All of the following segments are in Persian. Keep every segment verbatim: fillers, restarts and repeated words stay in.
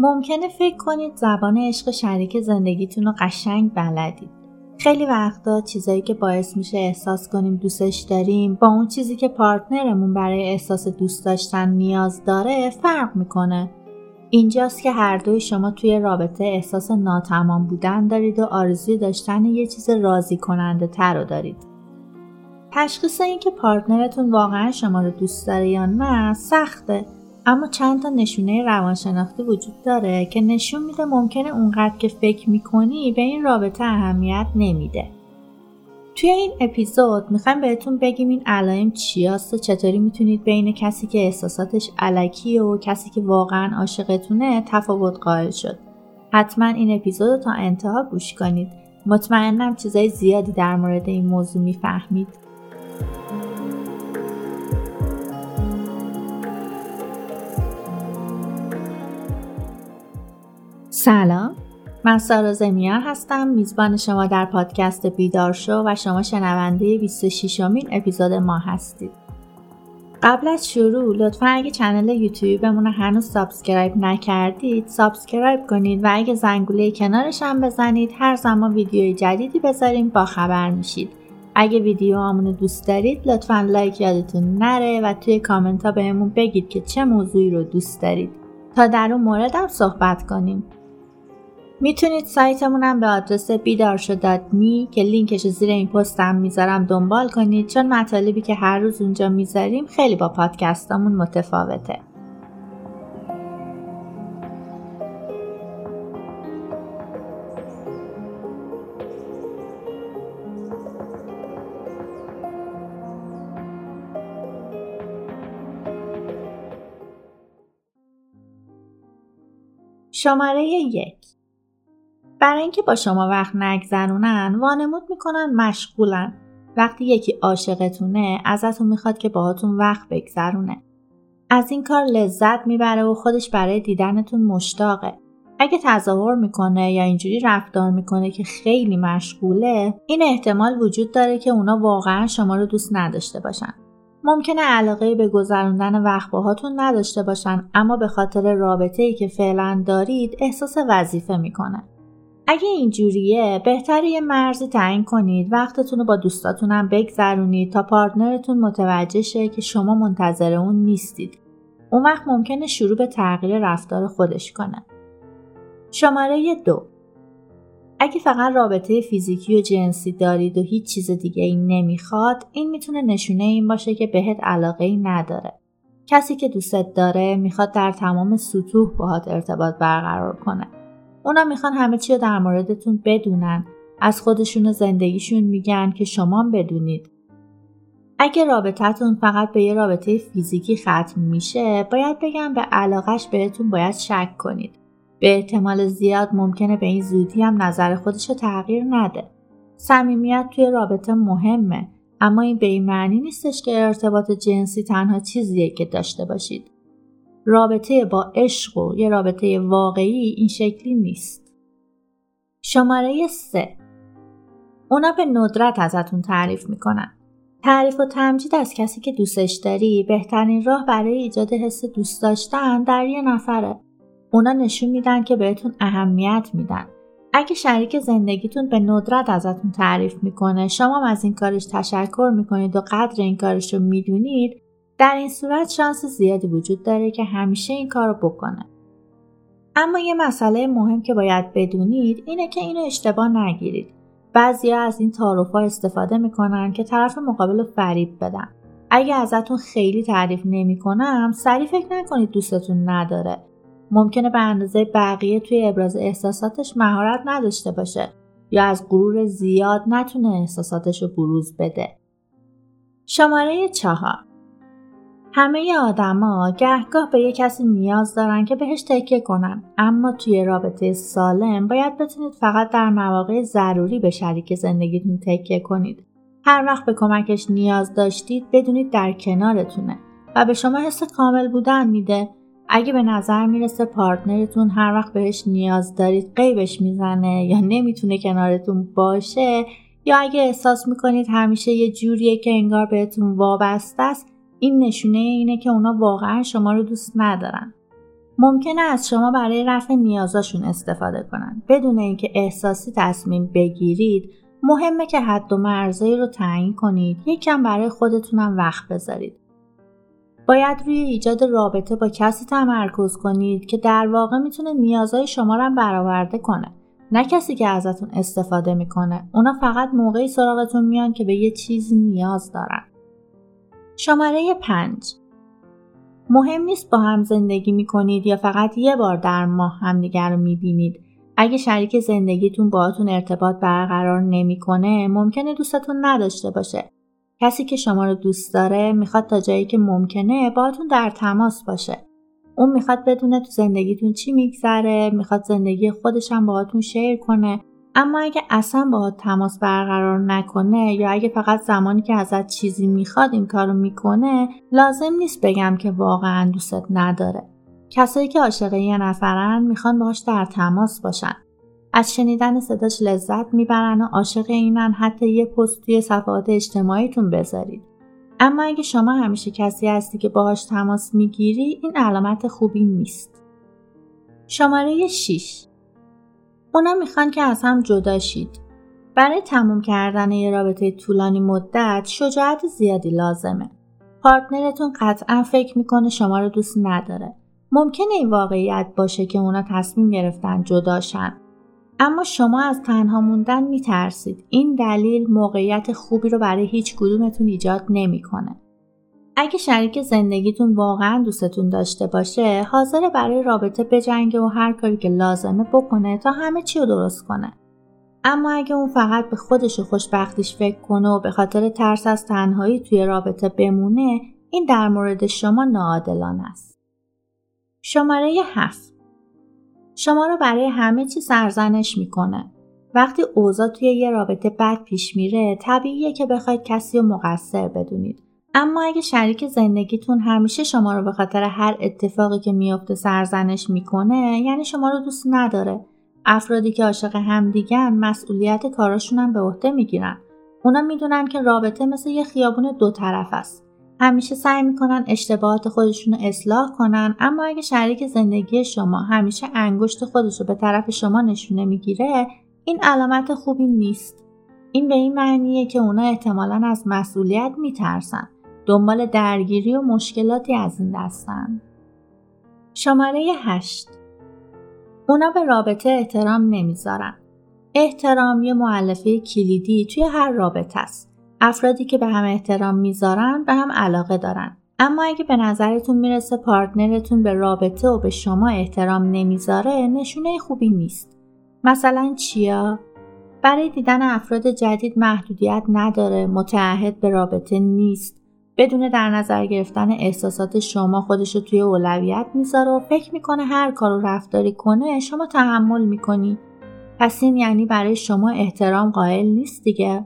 ممکنه فکر کنید زبان عشق شریک زندگیتون رو قشنگ بلدید. خیلی وقتا چیزایی که باعث میشه احساس کنیم دوستش داریم با اون چیزی که پارتنرمون برای احساس دوست داشتن نیاز داره فرق میکنه. اینجاست که هر دوی شما توی رابطه احساس ناتمام بودن دارید و آرزوی داشتن یه چیز راضی کننده تر رو دارید. تشخیص این که پارتنرتون واقعا شما رو دوست داره یا نه سخته، اما چند تا نشونه روانشناختی وجود داره که نشون میده ممکنه اونقدر که فکر میکنی به این رابطه اهمیت نمیده. توی این اپیزود میخوایم بهتون بگیم این علائم چیاست و چطوری میتونید بین کسی که احساساتش الکیه و کسی که واقعا عاشقتونه تفاوت قائل شد. حتما این اپیزود رو تا انتها گوش کنید. مطمئنم چیزای زیادی در مورد این موضوع میفهمید. سلام، من سارا زمیار هستم، میزبان شما در پادکست بیدار شو و شما شنونده بیست و ششمین اپیزود ما هستید. قبل از شروع لطفا اگه کانال یوتیوبمون رو هنوز سابسکرایب نکردید سابسکرایب کنید و اگه زنگوله کنارش هم بزنید هر زمان ویدیوی جدیدی بذاریم با خبر میشید. اگه ویدیوهامون رو دوست دارید لطفا لایک یادتون نره و توی کامنت ها بهمون بگید که چه موضوعی رو دوست دارید تا در اون مورد هم صحبت کنیم. میتونید سایتمونم به آدرس بیدارشو دات می که لینکش زیر این پستم میذارم دنبال کنید، چون مطالبی که هر روز اونجا میذاریم خیلی با پادکستامون متفاوته. شماره یک. برای اینکه با شما وقت نگذرونن وانمود میکنن مشغولن. وقتی یکی عاشقتونه ازتون میخواد که باهاتون وقت بگذرونه. از این کار لذت میبره و خودش برای دیدنتون مشتاقه. اگه تظاهر میکنه یا اینجوری رفتار میکنه که خیلی مشغوله، این احتمال وجود داره که اونا واقعا شما رو دوست نداشته باشن. ممکنه علاقه به گذروندن وقت باهاتون نداشته باشن، اما به خاطر رابطه‌ای که فعلا دارید احساس وظیفه میکنه. اگه اینجوریه بهتره یه مرزی تعیین کنید، وقتتون رو با دوستاتون هم بگذرونید تا پارتنرتون متوجه شه که شما منتظر اون نیستید. اون وقت ممکنه شروع به تغییر رفتار خودش کنه. شماره دو. اگه فقط رابطه فیزیکی و جنسی دارید و هیچ چیز دیگه ای نمیخواد، این میتونه نشونه این باشه که بهت علاقه ای نداره. کسی که دوستت داره میخواد در تمام سطوح باهات ارتباط برقرار کنه. اونا میخوان همه چی رو در موردتون بدونن، از خودشون و زندگیشون میگن که شما بدونید. اگه رابطتون فقط به یه رابطه فیزیکی ختم میشه، باید بگم به علاقش بهتون باید شک کنید. به احتمال زیاد ممکنه به این زودی هم نظر خودش رو تغییر نده. صمیمیت توی رابطه مهمه، اما این به این معنی نیستش که ارتباط جنسی تنها چیزیه که داشته باشید. رابطه با عشق و یه رابطه واقعی این شکلی نیست. شماره سه. اونا به ندرت ازتون تعریف میکنن. تعریف و تمجید از کسی که دوستش داری بهترین راه برای ایجاد حس دوست داشتن در یه نفره. اونا نشون میدن که بهتون اهمیت میدن. اگه شریک زندگیتون به ندرت ازتون تعریف میکنه، شما هم از این کارش تشکر میکنید و قدر این کارش رو میدونید، در این صورت شانس زیادی وجود داره که همیشه این کار رو بکنه. اما یه مسئله مهم که باید بدونید اینه که اینو اشتباه نگیرید. بعضیا از این تعارف‌ها استفاده میکنن که طرف مقابل رو فریب بدن. اگه ازتون خیلی تعریف نمیکنم، سریع فکر نکنید دوستتون نداره. ممکنه به اندازه بقیه توی ابراز احساساتش مهارت نداشته باشه یا از غرور زیاد نتونه احساساتش رو بروز بده. شماره چهار. همه آدما گهگاه به یک کسی نیاز دارن که بهش تکیه کنن، اما توی رابطه سالم باید بتونید فقط در مواقع ضروری به شریک زندگیتون تکیه کنید. هر وقت به کمکش نیاز داشتید بدونید در کنارتونه و به شما حس کامل بودن میده. اگه به نظر میرسه پارتنرتون هر وقت بهش نیاز دارید غیبش میزنه یا نمیتونه کنارتون باشه، یا اگه احساس میکنید همیشه یه جوریه که انگار بهتون وابسته است، این نشونه اینه که اونا واقعا شما رو دوست ندارن. ممکنه از شما برای رفع نیازاشون استفاده کنن. بدون اینکه احساسی تصمیم بگیرید، مهمه که حد و مرزایی رو تعیین کنید. یکم برای خودتونم وقت بذارید. باید روی ایجاد رابطه با کسی تمرکز کنید که در واقع میتونه نیازهای شما رو برآورده کنه. نه کسی که ازتون استفاده میکنه. اونا فقط موقعی سراغتون میان که به یه چیزی نیاز دارن. شماره پنج. مهم نیست با هم زندگی میکنید یا فقط یه بار در ماه همدیگر رو میبینید. اگه شریک زندگیتون باهاتون ارتباط برقرار نمیکنه، ممکنه دوستتون نداشته باشه. کسی که شما رو دوست داره میخواد تا جایی که ممکنه باهاتون در تماس باشه. اون میخواد بدونه تو زندگیتون چی میگذره، میخواد زندگی خودش هم باهاتون شیر کنه. اما اگه اصلا باهات تماس برقرار نکنه یا اگه فقط زمانی که ازت چیزی میخواد این کارو میکنه، لازم نیست بگم که واقعا دوستت نداره. کسایی که عاشق یه نفرن میخوان باهاش در تماس باشن. از شنیدن صداش لذت میبرن و عاشق اینن حتی یه پست توی صفحات اجتماعیتون بذارید. اما اگه شما همیشه کسی هستی که باهاش تماس میگیری، این علامت خوبی نیست. شماره شش. اونا میخوان که از هم جدا شید. برای تموم کردن یه رابطه طولانی مدت شجاعت زیادی لازمه. پارتنرتون قطعا فکر میکنه شما رو دوست نداره. ممکنه این واقعیت باشه که اونا تصمیم گرفتن جدا شن. اما شما از تنها موندن میترسید. این دلیل موقعیت خوبی رو برای هیچ کدومتون ایجاد نمیکنه. اگه شریک زندگیتون واقعا دوستتون داشته باشه، حاضر برای رابطه بجنگه و هر کاری که لازمه بکنه تا همه چی رو درست کنه. اما اگه اون فقط به خودش و خوشبختیش فکر کنه و به خاطر ترس از تنهایی توی رابطه بمونه، این در مورد شما ناعادلانه است. شماره هفت. شما رو برای همه چی سرزنش میکنه. وقتی اوضاع توی یه رابطه بد پیش میره، طبیعیه که بخواید کسی رو مقصر بدونید. اما اگه شریک زندگیتون همیشه شما رو به خاطر هر اتفاقی که میفته سرزنش میکنه، یعنی شما رو دوست نداره. افرادی که عاشق همدیگن مسئولیت کاراشون هم به عهده میگیرن. اونا میدونن که رابطه مثل یه خیابون دو طرف است. همیشه سعی میکنن اشتباهات خودشون رو اصلاح کنن، اما اگه شریک زندگی شما همیشه انگشت خودش رو به طرف شما نشونه میگیره، این علامت خوبی نیست. این به این معنیه که اونا احتمالاً از مسئولیت میترسن. دنبال درگیری و مشکلاتی از این دستن. شماره هشت. اونا به رابطه احترام نمیذارن. احترام یه مؤلفه کلیدی توی هر رابطه است. افرادی که به هم احترام میذارن به هم علاقه دارن. اما اگه به نظرتون میرسه پارتنرتون به رابطه و به شما احترام نمیذاره، نشونه خوبی نیست. مثلا چیا؟ برای دیدن افراد جدید محدودیت نداره، متعهد به رابطه نیست، بدون در نظر گرفتن احساسات شما خودشو توی اولویت میذاره و فکر میکنه هر کارو رفتاری کنه شما تحمل میکنی. پس این یعنی برای شما احترام قائل نیست دیگه.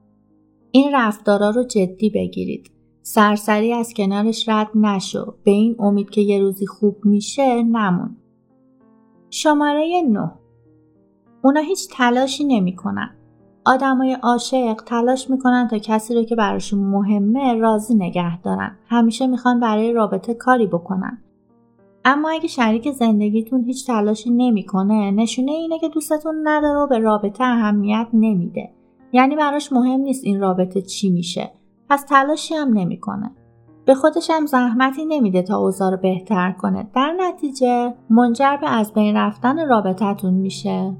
این رفتارا رو جدی بگیرید. سرسری از کنارش رد نشو. به این امید که یه روزی خوب میشه نمون. شماره نه. اونا هیچ تلاشی نمیکنن. آدمای عاشق تلاش میکنن تا کسی رو که براشون مهمه راضی نگه دارن. همیشه میخوان برای رابطه کاری بکنن. اما اگه شریک زندگیتون هیچ تلاشی نمیکنه، نشونه اینه که دوستتون نداره و به رابطه اهمیت نمیده. یعنی براش مهم نیست این رابطه چی میشه. پس تلاشی هم نمیکنه. به خودش هم زحمتی نمیده تا اوضاع رو بهتر کنه. در نتیجه منجر به از بین رفتن رابطتون میشه.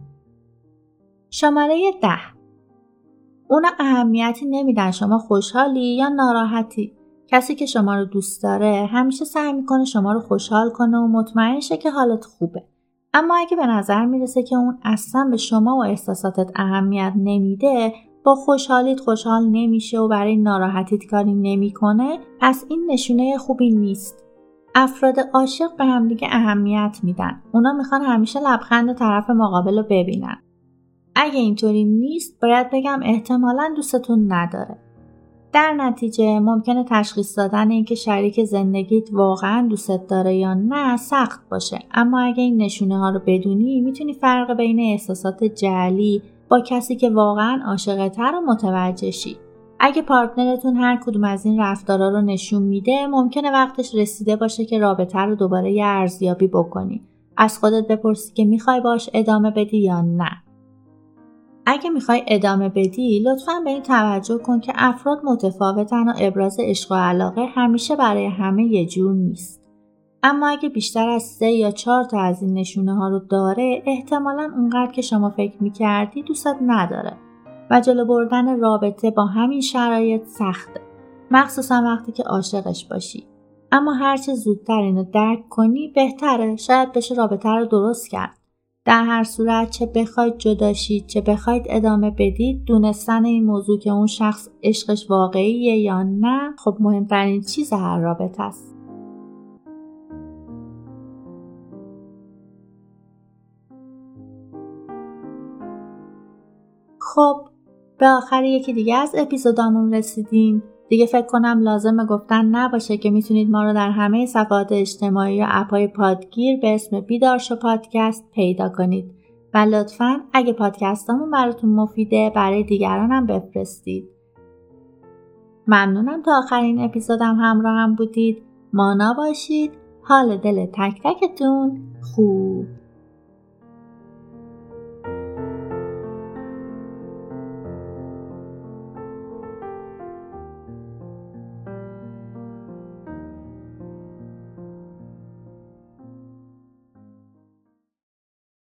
شماره ده. اونا اهمیتی نمیدن شما خوشحالی یا ناراحتی. کسی که شما رو دوست داره همیشه سعی میکنه شما رو خوشحال کنه و مطمئن شه که حالت خوبه. اما اگه به نظر میرسه که اون اصلا به شما و احساساتت اهمیت نمیده، با خوشحالیت خوشحال نمیشه و برای ناراحتیت کاری نمیکنه، پس این نشونه خوبی نیست. افراد عاشق به همدیگه اهمیت میدن. اونا میخوان همیشه لبخند طرف مقابل رو ببینن. اگه اینطوری نیست، باید بگم احتمالاً دوستتون نداره. در نتیجه ممکنه تشخیص دادن این که شریک زندگیت واقعاً دوستت داره یا نه سخت باشه. اما اگه این نشونه ها رو بدونی، میتونی فرق بین احساسات جعلی با کسی که واقعاً عاشقته رو متوجه شی. اگه پارتنرتون هر کدوم از این رفتارا رو نشون میده، ممکنه وقتش رسیده باشه که رابطه رو دوباره یه ارزیابی بکنی. از خودت بپرسی که میخوای باش ادامه بدی یا نه. اگه میخوای ادامه بدی، لطفاً به این توجه کن که افراد متفاوتن و ابراز عشق و علاقه همیشه برای همه یه جور نیست. اما اگه بیشتر از سه یا چهار تا از این نشونه ها رو داره، احتمالاً اونقدر که شما فکر میکردی دوستت نداره و جلو بردن رابطه با همین شرایط سخته، مخصوصا وقتی که عاشقش باشی. اما هرچه زودتر اینو درک کنی بهتره، شاید بشه رابطه رو درست کرد. در هر صورت چه بخواید جدا شید چه بخواید ادامه بدید، دونستن این موضوع که اون شخص عشقش واقعیه یا نه، خب مهمترین چیز هر رابطه است. خب به آخر یکی دیگه از اپیزودامون رسیدیم. دیگه فکر کنم لازمه گفتن نباشه که میتونید ما رو در همه صفحات اجتماعی یا اپ‌های پادگیر به اسم بیدار شو پادکست پیدا کنید و لطفاً اگه پادکستامون براتون مفیده برای دیگران هم بفرستید. ممنونم تا آخرین اپیزودم همراه هم بودید. مانا باشید. حال دل تک تکتون خوب.